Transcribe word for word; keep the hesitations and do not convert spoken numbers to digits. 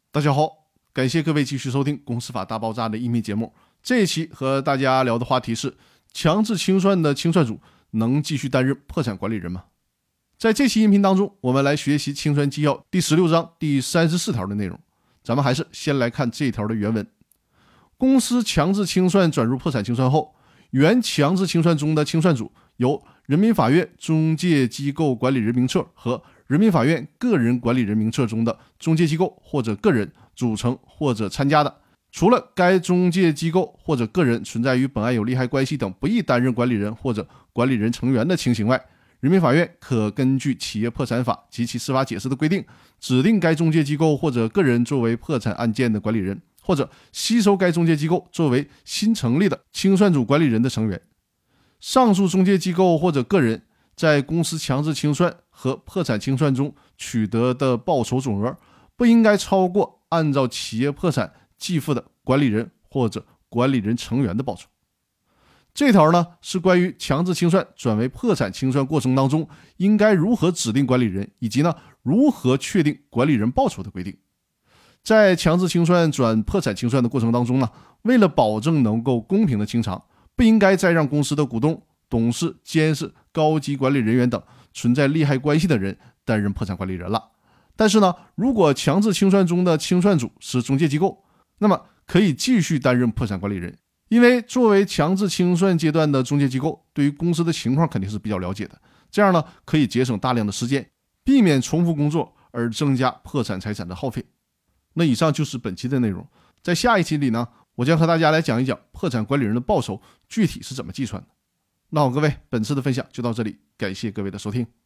大家好，感谢各位继续收听《公司法大爆炸》的音频节目。这一期和大家聊的话题是：强制清算的清算组能继续担任破产管理人吗？在这期音频当中，我们来学习清算纪要第十六章第三十四条的内容。咱们还是先来看这一条的原文。公司强制清算转入破产清算后，原强制清算中的清算组由人民法院中介机构管理人名册和人民法院个人管理人名册中的中介机构或者个人组成或者参加的，除了该中介机构或者个人存在于本案有利害关系等不宜担任管理人或者管理人成员的情形外，人民法院可根据企业破产法及其司法解释的规定，指定该中介机构或者个人作为破产案件的管理人，或者吸收该中介机构作为新成立的清算组管理人的成员。上述中介机构或者个人在公司强制清算和破产清算中取得的报酬总额，不应该超过按照企业破产计付的管理人或者管理人成员的报酬。这条呢是关于强制清算转为破产清算过程当中应该如何指定管理人，以及呢如何确定管理人报酬的规定。在强制清算转破产清算的过程当中呢，为了保证能够公平的清偿，不应该再让公司的股东、董事、监事、高级管理人员等存在利害关系的人担任破产管理人了。但是呢，如果强制清算中的清算组是中介机构，那么可以继续担任破产管理人，因为作为强制清算阶段的中介机构，对于公司的情况肯定是比较了解的，这样呢可以节省大量的时间，避免重复工作而增加破产财产的耗费。那以上就是本期的内容，在下一期里呢，我将和大家来讲一讲破产管理人的报酬具体是怎么计算的。那好，各位，本次的分享就到这里，感谢各位的收听。